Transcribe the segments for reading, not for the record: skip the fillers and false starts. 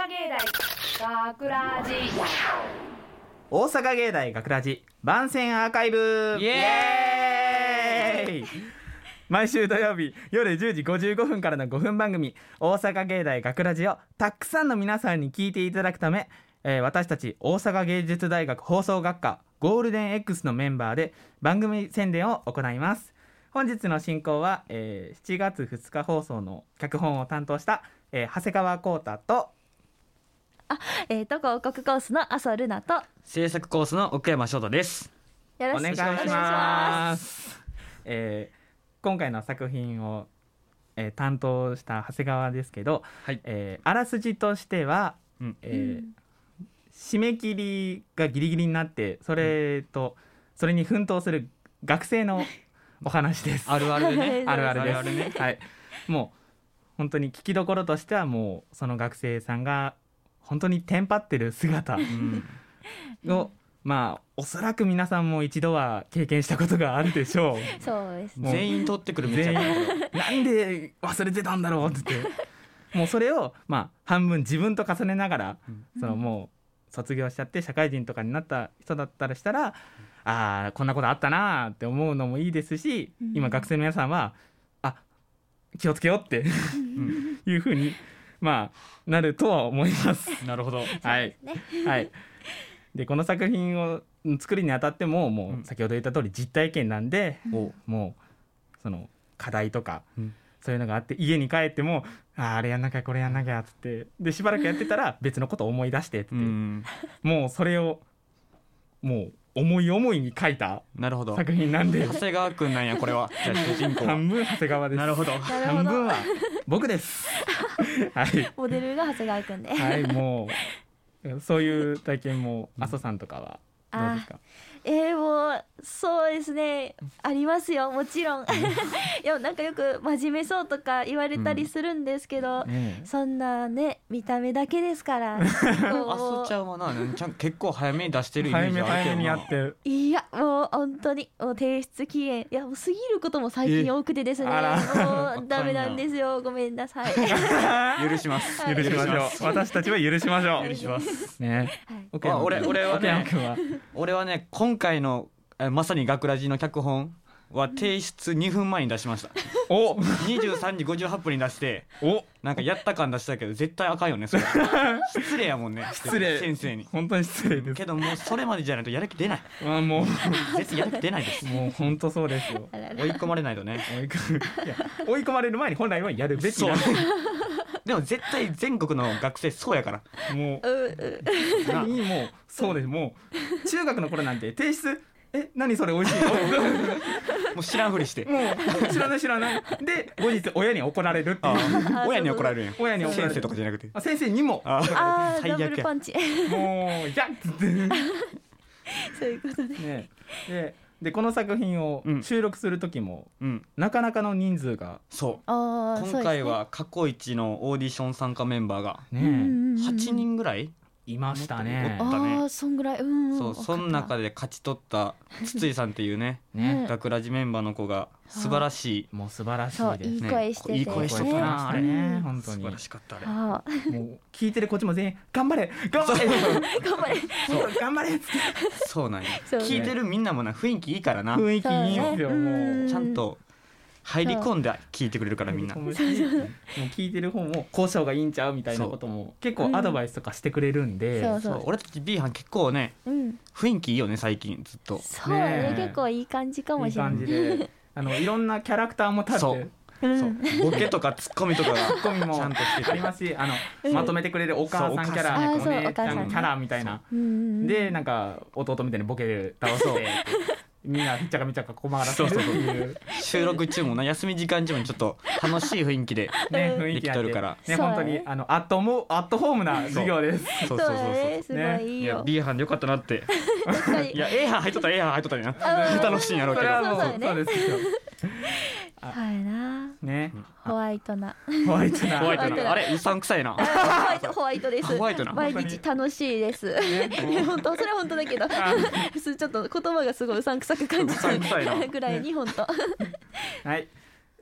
芸大学ラジ大阪芸大学ラジ番宣アーカイブイエーイ毎週土曜日夜10時55分からの5分番組大阪芸大学ラジをたくさんの皆さんに聞いていただくため、私たち大阪芸術大学放送学科ゴールデン X のメンバーで番組宣伝を行います。本日の進行は、7月2日放送の脚本を担当した、長谷川浩太と広告コースの麻生ルナと制作コースの奥山翔太です。 よろしくお願いしお願いしま。 ますす。今回の作品を、担当した長谷川ですけど、 はいあらすじとしては、 うん締め切りがギリギリになってそれに奮闘する学生のお話です。 あるあるでねあるあるです。 あるあるねはい、もう本当に聞きどころとしてはもうその学生さんが本当にテンパってる姿を、まあおそらく皆さんも一度は経験したことがあるでしょう。 そうですね。 全員取ってくるみたい全な員なんで忘れてたんだろうって言ってもうそれをまあ半分自分と重ねながら、そのもう卒業しちゃって社会人とかになった人だったらしたら、ああこんなことあったなって思うのもいいですし、今学生の皆さんは気をつけようっていうふうにまあなるとは思います。 なるほど。 はい、はい、でこの作品を作るにあたってももう先ほど言った通り実体験なんで、もうその課題とか、そういうのがあって家に帰ってもあれやんなきゃこれやんなきゃっつってでしばらくやってたら別のことを思い出してってもうそれをもう思い思いに書いたなるほど。 作品なんで長谷川くんなんやこれは。じゃあ主人公は半分長谷川です。 なるほど。 半分は僕ですはいモデルが長谷川くんで。 はいもうそういう体験も阿蘇さんとかはどうですか？ もうそうですね、ありますよもちろんいやなんかよく真面目そうとか言われたりするんですけど、そんなね見た目だけですからあそちゃんはなちゃん結構早めに出してるイメージあるけどな。 早めにやってる。 いやもう本当にもう提出期限いやもう過ぎることも最近多くてですね、 あらもうダメなんですよ、ごめんなさい許します。 はい許しましょう。私たちは許しましょう。 許しますね。 あ俺はね俺はね今回のまさに学ラジの脚本は提出2分前に出しました。 お 23時58分に出してなんかやった感出したけど絶対あかんよねそれ失礼やもんね。 失礼先生に。 本当に失礼ですけどもうそれまでじゃないとやる気出ない。 もう絶対やる気出ないですもう本当そうですよ。 あらら追い込まれないとね。 追い込まれる前に本来はやるべきなんででも絶対全国の学生そうやからもうもうそうです。もう中学の頃なんて提出何それ美味しいのもう知らんふりしてもう知らないで後日親に怒られるっていう親に怒られるんや。 親に怒られる先生とかじゃなくて先生にも最悪やダブルパンチもういやっつってそういうことで、 ねでこの作品を収録する時も、なかなかの人数がそう今今回は過去一のオーディション参加メンバーがね 8人ぐらいいましたね。 そんぐらい、 そうその中で勝ち取った筒井さんっていうね学ラジメンバーの子が素晴らしい。 もう素晴らしそういですね。 いい声してて、 いい声してたなあれね本当に素晴らしかったあれ。 もう聞いてるこっちも全員頑張れ頑張れ頑張れっつってそうなんや。 そうね聞いてるみんなもな雰囲気いいからな。 雰囲気いいんですよ。もうちゃんと入り込んで聞いてくれるからみんな。 もう聞いてる方も交渉がいいんちゃうみたいなことも結構アドバイスとかしてくれるんで、 そう俺たち B 班結構ね雰囲気いいよね最近ずっと。 そうね、結構いい感じかもしれない。 いい感じでいろんなキャラクターも立ってそうボケとかツッコミとかがツッコミもちゃんとしてありますしまとめてくれるお母さんキャラそうお姉ちゃんキお母さんねャラみたいなでなんか弟みたいにボケ倒してみんなひっちゃかみっちゃか困らせるっていう収録中もな休み時間中もちょっと楽しい雰囲気で雰囲気あってできとるからね本当にアットホームな授業です。 そうそうね、すごいいいいやよ。 B 班でよかったなって確かにいや A 班入っとったら A 班入っとったんやあな楽しいんやろうけどそれはもうそうねそうですよはいな、 ねホワイトなホワイトなホワイトホワイトななあれうさんくさいなホワイトです。 ホワイトな毎日楽しいです。本当それは本当だけど、ちょっと言葉がすごいうさんくさく感じうさんくさいなるぐらいに本当。 はい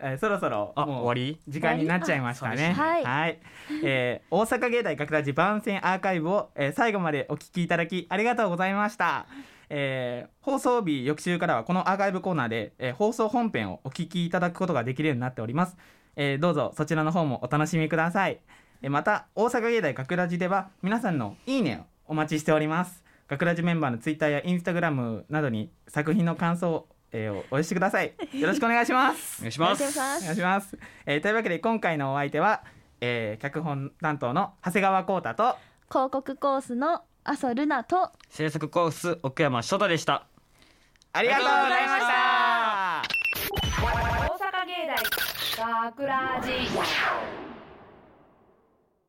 そろそろもう終わり時間になっちゃいましたね。 終わりはい、大阪芸大学ラジ番宣アーカイブを、最後までお聞きいただきありがとうございました。放送日翌週からはこのアーカイブコーナーで、放送本編をお聞きいただくことができるようになっております。どうぞそちらの方もお楽しみください。また大阪芸大学ラジでは皆さんのいいねをお待ちしております。学ラジメンバーのツイッターやインスタグラムなどに作品の感想をお寄せください。よろしくお願いします。 お願いします。 お願いします。というわけで今回のお相手は、脚本担当の長谷川浩太と広告コースの麻生ルナと制作コース奥山翔太でした。 ありがとうございました。 大阪芸大学ラジ